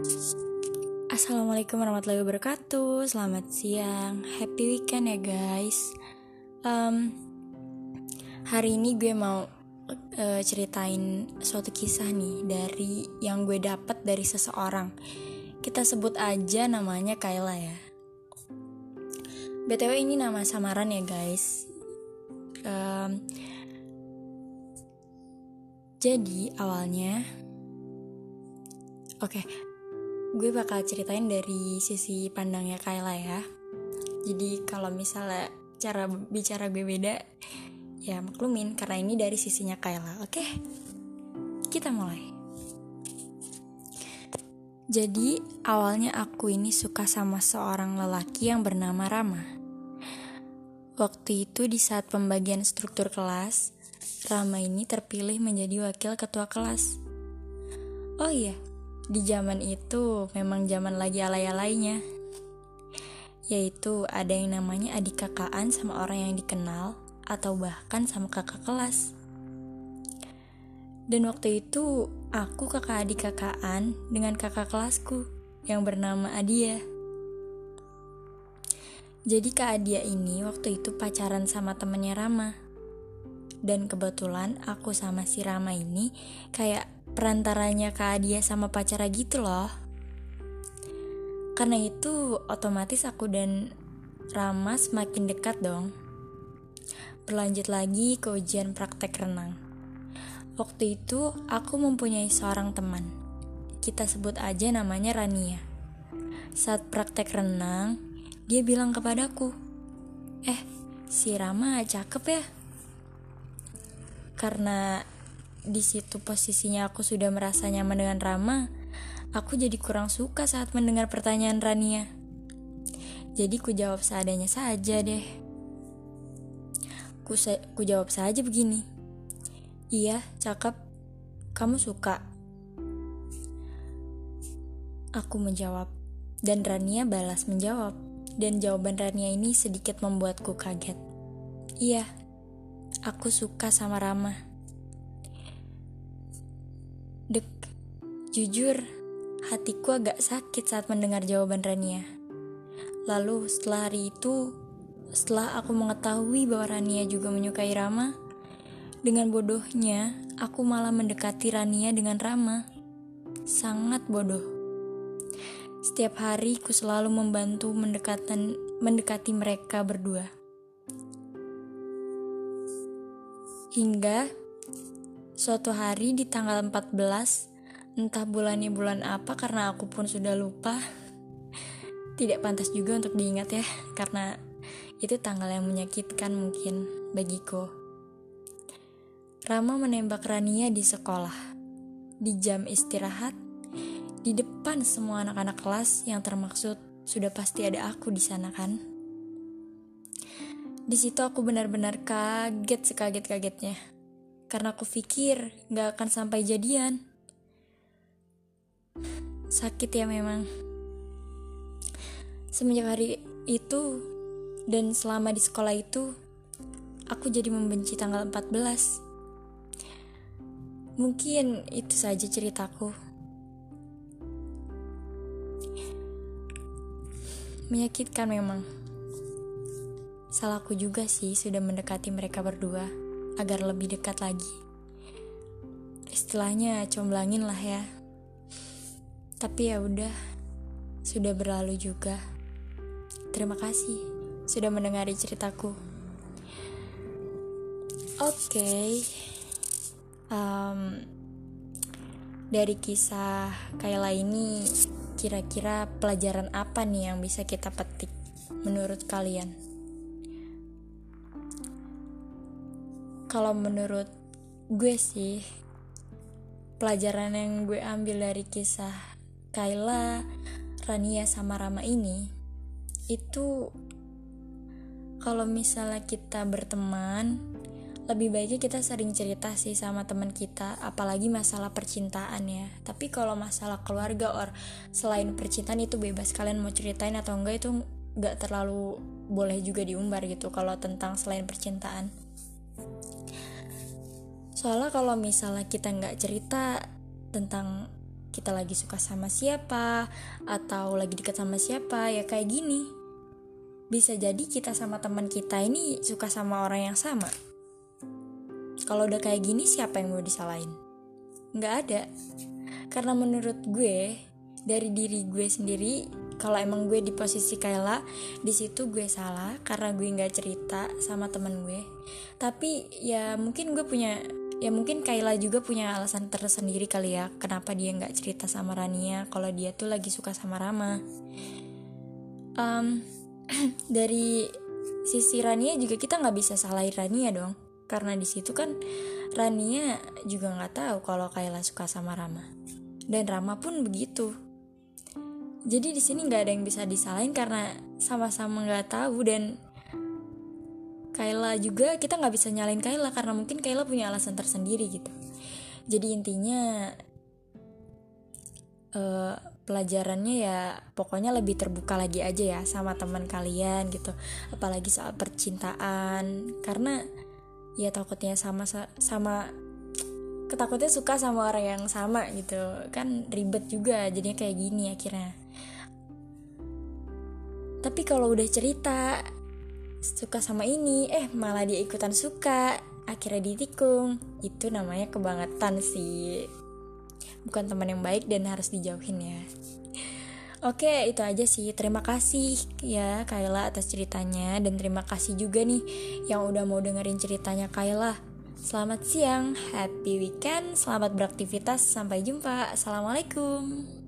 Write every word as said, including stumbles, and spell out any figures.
Assalamualaikum warahmatullahi wabarakatuh. Selamat siang, happy weekend ya guys. um, Hari ini gue mau uh, ceritain suatu kisah nih dari yang gue dapat dari seseorang. Kita sebut aja namanya Kayla ya. B T W ini nama samaran ya guys. um, Jadi awalnya Oke okay. Gue bakal ceritain dari sisi pandangnya Kayla ya. Jadi kalau misalnya cara bicara gue beda, ya maklumin karena ini dari sisinya Kayla. Oke, kita mulai. Jadi awalnya aku ini suka sama seorang lelaki yang bernama Rama. Waktu itu di saat pembagian struktur kelas, Rama ini terpilih menjadi wakil ketua kelas. Oh iya, di zaman itu memang zaman lagi alay-alaynya, yaitu ada yang namanya adik kakaan sama orang yang dikenal atau bahkan sama kakak kelas. Dan waktu itu aku kakak adik kakaan dengan kakak kelasku yang bernama Adia. Jadi Kak Adia ini waktu itu pacaran sama temennya Rama. Dan kebetulan aku sama si Rama ini kayak perantaranya Kak Adia sama pacarnya gitu loh. Karena itu otomatis aku dan Rama semakin dekat dong. Berlanjut lagi ke ujian praktek renang. Waktu itu aku mempunyai seorang teman. Kita sebut aja namanya Rania. Saat praktek renang, dia bilang kepadaku, "Eh, si Rama cakep ya." Karena di situ posisinya aku sudah merasa nyaman dengan Rama, aku jadi kurang suka saat mendengar pertanyaan Rania. Jadi ku jawab seadanya saja deh. Ku, sa- ku jawab saja begini, "Iya, cakep. Kamu suka?" Aku menjawab, dan Rania balas menjawab. Dan jawaban Rania ini sedikit membuatku kaget. Iya, aku suka sama Rama. Dek, jujur, hatiku agak sakit saat mendengar jawaban Rania. Lalu setelah hari itu, setelah aku mengetahui bahwa Rania juga menyukai Rama, dengan bodohnya, aku malah mendekati Rania dengan Rama. Sangat bodoh. Setiap hari ku selalu membantu mendekatan, mendekati mereka berdua. Hingga suatu hari di tanggal empat belas, entah bulannya bulan apa karena aku pun sudah lupa. Tidak pantas juga untuk diingat ya, karena itu tanggal yang menyakitkan mungkin bagiku. Rama menembak Rania di sekolah. Di jam istirahat, di depan semua anak-anak kelas yang termaksud sudah pasti ada aku di sana kan. Di situ aku benar-benar kaget sekaget-kagetnya. Karena aku pikir gak akan sampai jadian. Sakit ya memang. Semenjak hari itu dan selama di sekolah itu, aku jadi membenci tanggal empat belas. Mungkin itu saja ceritaku. Menyakitkan memang. Salahku juga sih sudah mendekati mereka berdua agar lebih dekat lagi. Istilahnya comblangin lah ya. Tapi ya udah, sudah berlalu juga. Terima kasih sudah mendengari ceritaku. Oke, okay. um, dari kisah Kayla ini, kira-kira pelajaran apa nih yang bisa kita petik menurut kalian? Kalau menurut gue sih, pelajaran yang gue ambil dari kisah Kayla, Rania sama Rama ini, itu kalau misalnya kita berteman, lebih baiknya kita sering cerita sih sama teman kita, apalagi masalah percintaan ya. Tapi kalau masalah keluarga or selain percintaan itu bebas, kalian mau ceritain atau enggak itu gak terlalu boleh juga diumbar gitu kalau tentang selain percintaan. Soalnya kalau misalnya kita gak cerita tentang kita lagi suka sama siapa atau lagi dekat sama siapa, ya kayak gini. Bisa jadi kita sama teman kita ini suka sama orang yang sama. Kalau udah kayak gini, siapa yang mau disalahin? Nggak ada. Karena menurut gue, dari diri gue sendiri, kalau emang gue di posisi Kayla, di situ gue salah karena gue nggak cerita sama teman gue. Tapi ya mungkin gue punya, ya mungkin Kayla juga punya alasan tersendiri kali ya, kenapa dia nggak cerita sama Rania kalau dia tuh lagi suka sama Rama. Um, dari sisi Rania juga kita nggak bisa salahin Rania dong, karena di situ kan Rania juga nggak tahu kalau Kayla suka sama Rama, dan Rama pun begitu. Jadi di sini nggak ada yang bisa disalahin karena sama-sama nggak tahu, dan Kayla juga kita nggak bisa nyalain Kayla karena mungkin Kayla punya alasan tersendiri gitu. Jadi intinya uh, pelajarannya ya pokoknya lebih terbuka lagi aja ya sama teman kalian gitu, apalagi soal percintaan, karena ya takutnya sama sama ketakutnya suka sama orang yang sama gitu kan, ribet juga jadinya kayak gini akhirnya. Tapi kalau udah cerita suka sama ini, eh malah dia ikutan suka, akhirnya ditikung, itu namanya kebangetan sih, bukan teman yang baik dan harus dijauhin ya. Oke, itu aja sih. Terima kasih ya Kayla atas ceritanya, dan terima kasih juga nih yang udah mau dengerin ceritanya Kayla. Selamat siang, happy weekend, selamat beraktivitas, sampai jumpa. Assalamualaikum.